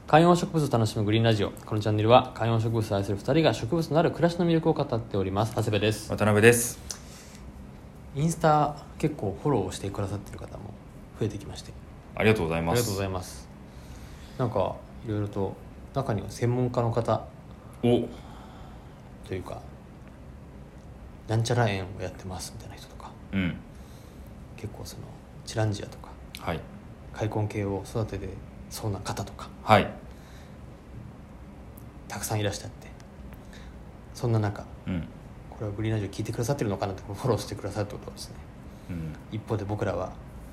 観葉植物を楽しむグリーンラジオ。このチャンネルは観葉植物を愛する2人が植物のある暮らしの魅力を語っております。長谷部です。 渡辺です。 インスタ結構フォローしてくださっている方も増えてきまして、 ありがとうございます。 ありがとうございます。なんかいろいろと中には専門家の方というかなんちゃら園をやってますみたいな人とか、結構そのチランジアとか、開墾系を育ててそうな方とか、たくさんいらっしゃって、そんな中、これはグリーンラジオ聞いてくださってるのかなとフォローしてくださるってことですね。一方で僕らは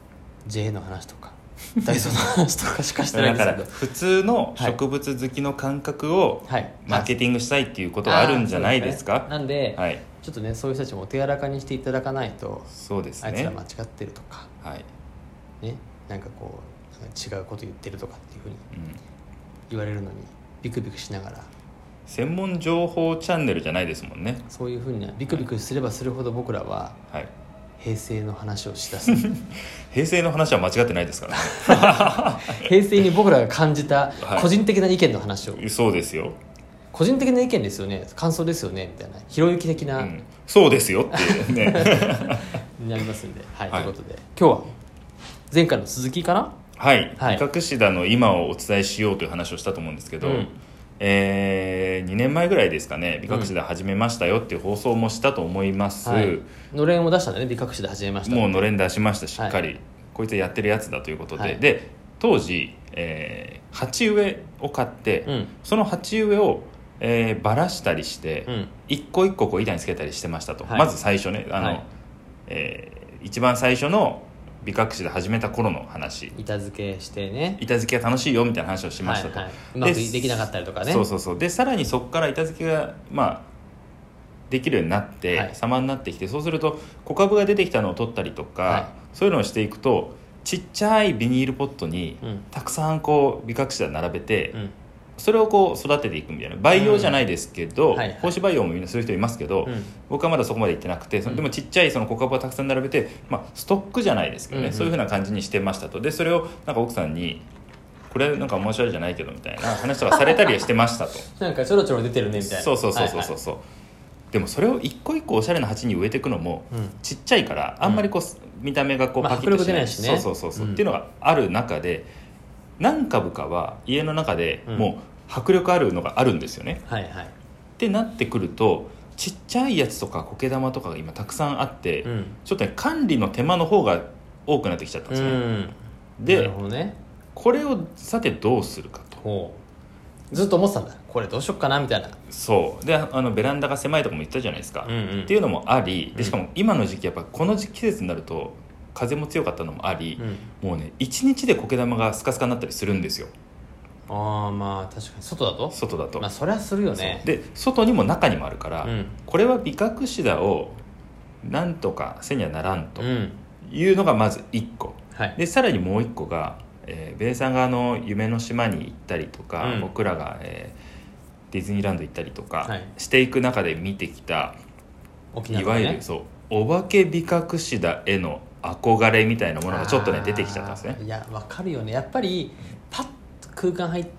JA の話とかダイソーの話とかしかしてないんですけど、 だから普通の植物好きの感覚をマーケティングしたいっていうことがあるんじゃないですか。 なんで、ちょっとね、そういう人たちもお手柔らかにしていただかないと、 そうですね、 あいつら間違ってるとか、ね、なんかこう違うこと言ってるとかっていうふうに言われるのにビクビクしながら、 専門情報チャンネルじゃないですもんね。 そういうふうにビクビクすればするほど僕らは、平成の話をしだす平成の話は間違ってないですからね平成に僕らが感じた個人的な意見の話を、 そうですよ、 個人的な意見ですよね、感想ですよねみたいな、ひろゆき的な、 そうですよっていうねになりますんで、ということで今日は前回の続きかな。 ビカクシダの今をお伝えしようという話をしたと思うんですけど、2年前ぐらいですかね、ビカクシダ始めましたよっていう放送もしたと思います。 のれんを出したんだね、ビカクシダ始めました。 もうのれん出しました、しっかり、こいつやってるやつだということで、で当時、鉢植えを買って、その鉢植えをばらしたりして、一個一個こう板につけたりしてましたと、まず最初ね、一番最初のビカクシダ始めた頃の話、 板付けしてね、 板付けが楽しいよみたいな話をしましたと、 うまくできなかったりとかね、 そうでさらにそこから板付けができるようになって、様になってきて、そうすると小株が出てきたのを取ったりとか、そういうのをしていくと、ちっちゃいビニールポットにたくさんこうビカクシダ並べて、それをこう育てていくみたいな、培養じゃないですけど、胞子培養もみんなする人いますけど、僕はまだそこまで行ってなくて、でもちっちゃいその小株をたくさん並べて、ストックじゃないですけどね、そういう風な感じにしてましたと。でそれをなんか奥さんにこれなんか面白いじゃないけどみたいな話とかされたりしてましたとなんかちょろちょろ出てるねみたいな。 そうでもそれを一個一個おしゃれな鉢に植えていくのも、ちっちゃいからあんまりこう、見た目がこうパキッとしない、そうっていうのがある中で、何株かは家の中でもう迫力あるのがあるんですよね。ってなってくると、ちっちゃいやつとか苔玉とかが今たくさんあって、ちょっとね管理の手間の方が多くなってきちゃったんですね。で、なるほどね、これをさてどうするかとずっと思ってたんだ、これどうしよっかなみたいな。 そうで、ベランダが狭いとかも言ったじゃないですか、っていうのもありで、しかも今の時期やっぱこの季節になると風も強かったのもあり、もうね1日で苔玉がスカスカになったりするんですよ。 確かに外だとそりゃするよね。 で外にも中にもあるから、これはビカクシダをなんとかせにはならんというのがまず1個、でさらにもう1個が、ベイさんが夢の島に行ったりとか、僕らが、ディズニーランド行ったりとかしていく中で見てきた、いわゆるお化けビカクシダへの憧れみたいなものがちょっとね出てきちゃったんですね。 いや分かるよね。やっぱりパッと空間入って、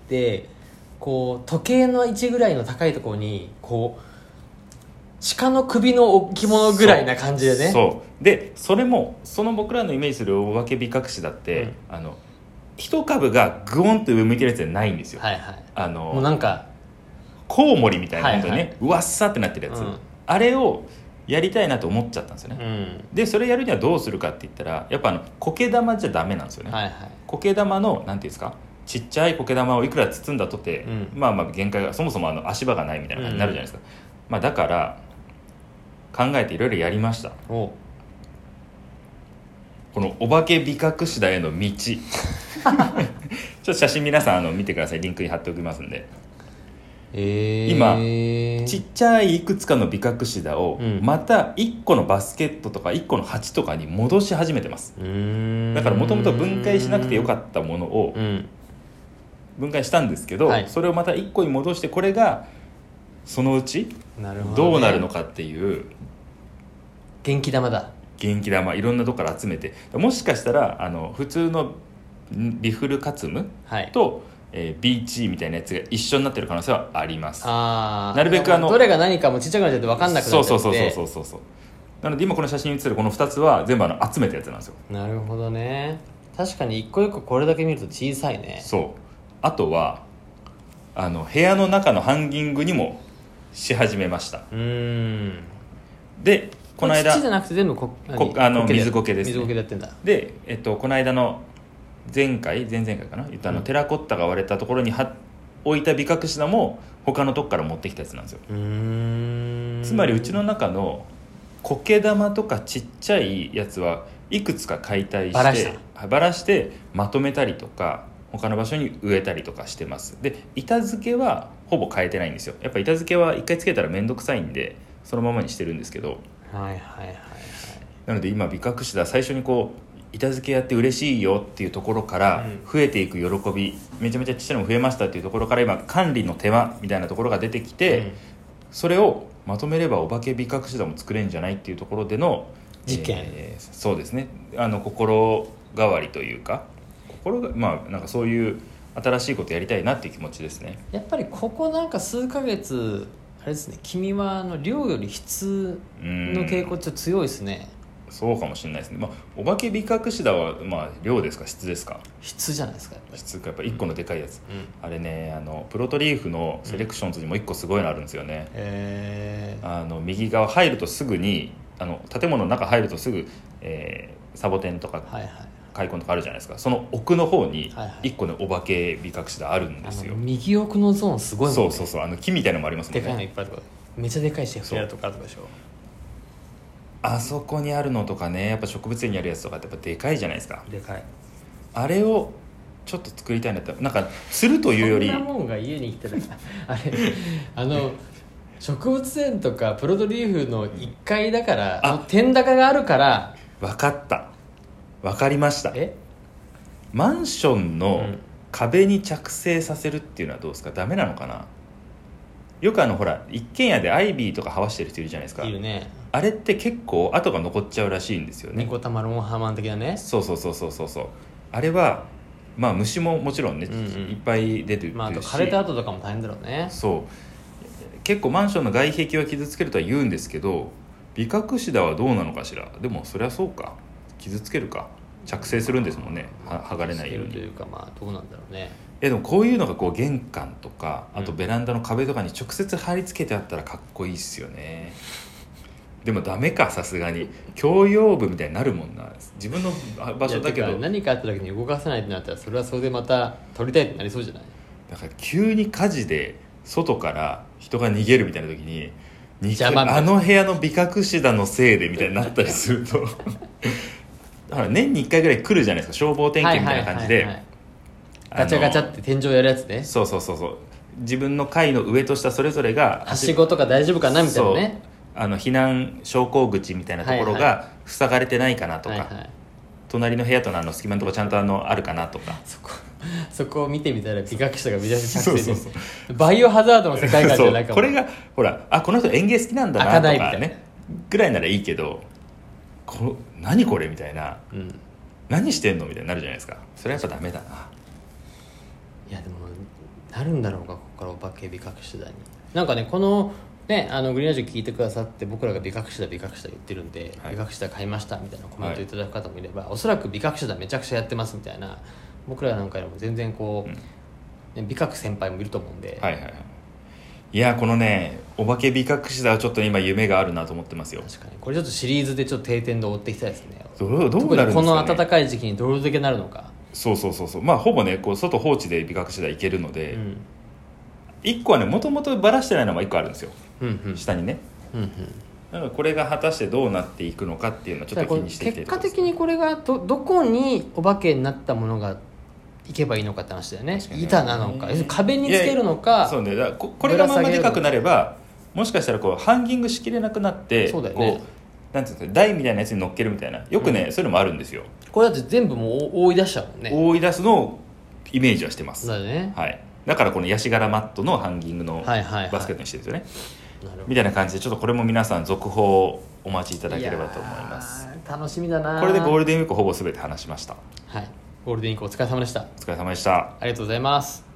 こう時計の位置ぐらいの高いところにこう鹿の首の置物ぐらいな感じでね。 でそれもその僕らのイメージするお化けビカクシダって、一株がグオンって上向いてるやつじゃないんですよ。もうなんかコウモリみたいな本当にね、うわっさってなってるやつ、あれをやりたいなと思っちゃったんですよね。でそれやるにはどうするかって言ったら、やっぱ苔玉じゃダメなんですよね。苔玉のなんていうんですか、ちっちゃい苔玉をいくら包んだとて、限界が、そもそも足場がないみたいな感じになるじゃないですか。だから考えていろいろやりました。このお化けビカクシダへの道ちょっと写真皆さん見てください、リンクに貼っておきますんで。今ちっちゃいいくつかのビカクシダをまた1個のバスケットとか1個の鉢とかに戻し始めてます。だからもともと分解しなくてよかったものを分解したんですけど、それをまた1個に戻して、これがそのうちどうなるのかっていう元気玉いろんなとこから集めて、もしかしたら普通のビフルカツムと、 BG みたいなやつが一緒になってる可能性はあります。 なるべくどれが何かもちっちゃくなっちゃって分かんなくなっちゃって、 そうなので今この写真に写ってるこの2つは全部集めたやつなんですよ。 なるほどね。確かに一個一個これだけ見ると小さいね。 そう。あとは部屋の中のハンギングにもし始めました。でこの間土じゃなくて全部水苔です、ね、 水苔でやってんだ。 で、この間の前々回かな言ったテラコッタが割れたところに置いたビカクシダも他のとこから持ってきたやつなんですよ。つまりうちの中の苔玉とかちっちゃいやつはいくつか解体してばらしてまとめたりとか他の場所に植えたりとかしてます。で板付けはほぼ変えてないんですよ。やっぱ板付けは一回つけたら面倒くさいんでそのままにしてるんですけど、なので今ビカクシダ最初に板付けやって嬉しいよっていうところから増えていく喜び、めちゃめちゃちっちゃいのも増えましたっていうところから今管理の手間みたいなところが出てきて、それをまとめればお化けビカクシダも作れるんじゃないっていうところでの実験、 そうですね、心変わりというかなんかそういう新しいことやりたいなっていう気持ちですね。 やっぱりここなんか数ヶ月あれですね、君は量より質の傾向って強いですね。 そうかもしれないですね。お化けビカクシダは量ですか質ですか？質じゃないですか。 質かやっぱ1個のでかいやつ、あれねプロトリーフのセレクションズにも1個すごいのあるんですよね。右側入るとすぐに建物の中入るとすぐ、サボテンとか、開墾とかあるじゃないですか。その奥の方に1個のお化けビカクシダあるんですよ。 右奥のゾーンすごいもんね。 そう木みたいなのもありますもんね。 でかいのいっぱいあるとかめっちゃでかいしフレアとかあるとかでしょ。 あそこにあるのとかね、やっぱ植物園にあるやつとかってやっぱでかいじゃないですか。 でかい。 あれをちょっと作りたいなって、なんかするというよりそんなもんが家に来てたあれ植物園とかプロトリーフの1階だから天高があるから。 分かりました。マンションの壁に着生させるっていうのはどうですか？ダメなのかな？よくほら一軒家でアイビーとか這わしてる人いるじゃないですか。 いるね。あれって結構跡が残っちゃうらしいんですよね。 ニコタマロンハーマン的なね。 そうあれは虫ももちろんね、いっぱい出てるし、 あと枯れた後とかも大変だろうね。 そう結構マンションの外壁は傷つけるとは言うんですけど、ビカクシダはどうなのかしら。でもそりゃそうか、傷つけるか、着生するんですもんね、剥がれないように。 というかどうなんだろうね。 でもこういうのが玄関とかあとベランダの壁とかに直接貼り付けてあったらかっこいいっすよね。でもダメか、さすがに共用部みたいになるもんな、自分の場所だけど。 何かあった時に動かせないってなったらそれはそれでまた撮りたいってなりそうじゃない？ だから急に火事で外から人が逃げるみたいな時に部屋のビカクシダのせいでみたいになったりするとだから年に1回ぐらい来るじゃないですか、消防点検みたいな感じでガチャガチャって天井やるやつね。 そう自分の階の上と下それぞれがはしごとか大丈夫かなみたいなね。 避難昇降口みたいなところが塞がれてないかなとか、隣の部屋との隙間のところちゃんとあるかなとか、 そこを見てみたらビカクシダがめちゃくちゃ着生してる。バイオハザードの世界観じゃないかも。 これがほらこの人園芸好きなんだなとかねぐらいならいいけど、何これみたいな、何してんのみたいになるじゃないですか。それはやっぱダメだな。 いやでもなるんだろうか、ここからお化けビカクシダに。なんかねこのね、グリーンラジオ聞いてくださって僕らがビカクシダ言ってるんで、ビカクシダ買いましたみたいなコメントいただく方もいれば、おそらくビカクシダめちゃくちゃやってますみたいな、僕らなんかよりも全然ビカク先輩もいると思うんで、 いやこのねお化けビカクシダはちょっと今夢があるなと思ってますよ。 確かにこれちょっとシリーズでちょっと定点で追っていきたいですね。 どうなるんですかね。 この暖かい時期にどれだけなるのか。 そうほぼね外放置でビカクシダいけるので、1個はねもともとばらしてないのも1個あるんですよ、下にね、だからこれが果たしてどうなっていくのかっていうのをちょっと気にしていきたいところです。 結果的にこれがどこにお化けになったものがいけばいいのかって話だよね。板なのか壁につけるのか。 そうね、これがままでかくなればもしかしたらハンギングしきれなくなって、 そうだよね、 なんていうんですか、台みたいなやつに乗っけるみたいな、よくね、そういうのもあるんですよ。 これだって全部もう覆い出しちゃうもんね。 覆い出すのをイメージはしてます。 だよね。 だからこのヤシ柄マットのハンギングのバスケットにしてるんですよね、みたいな感じでちょっとこれも皆さん続報をお待ちいただければと思います。 楽しみだな。 これでゴールデンウィークほぼ全て話しました。 ゴールデンウィークお疲れ様でした。 お疲れ様でした。 ありがとうございます。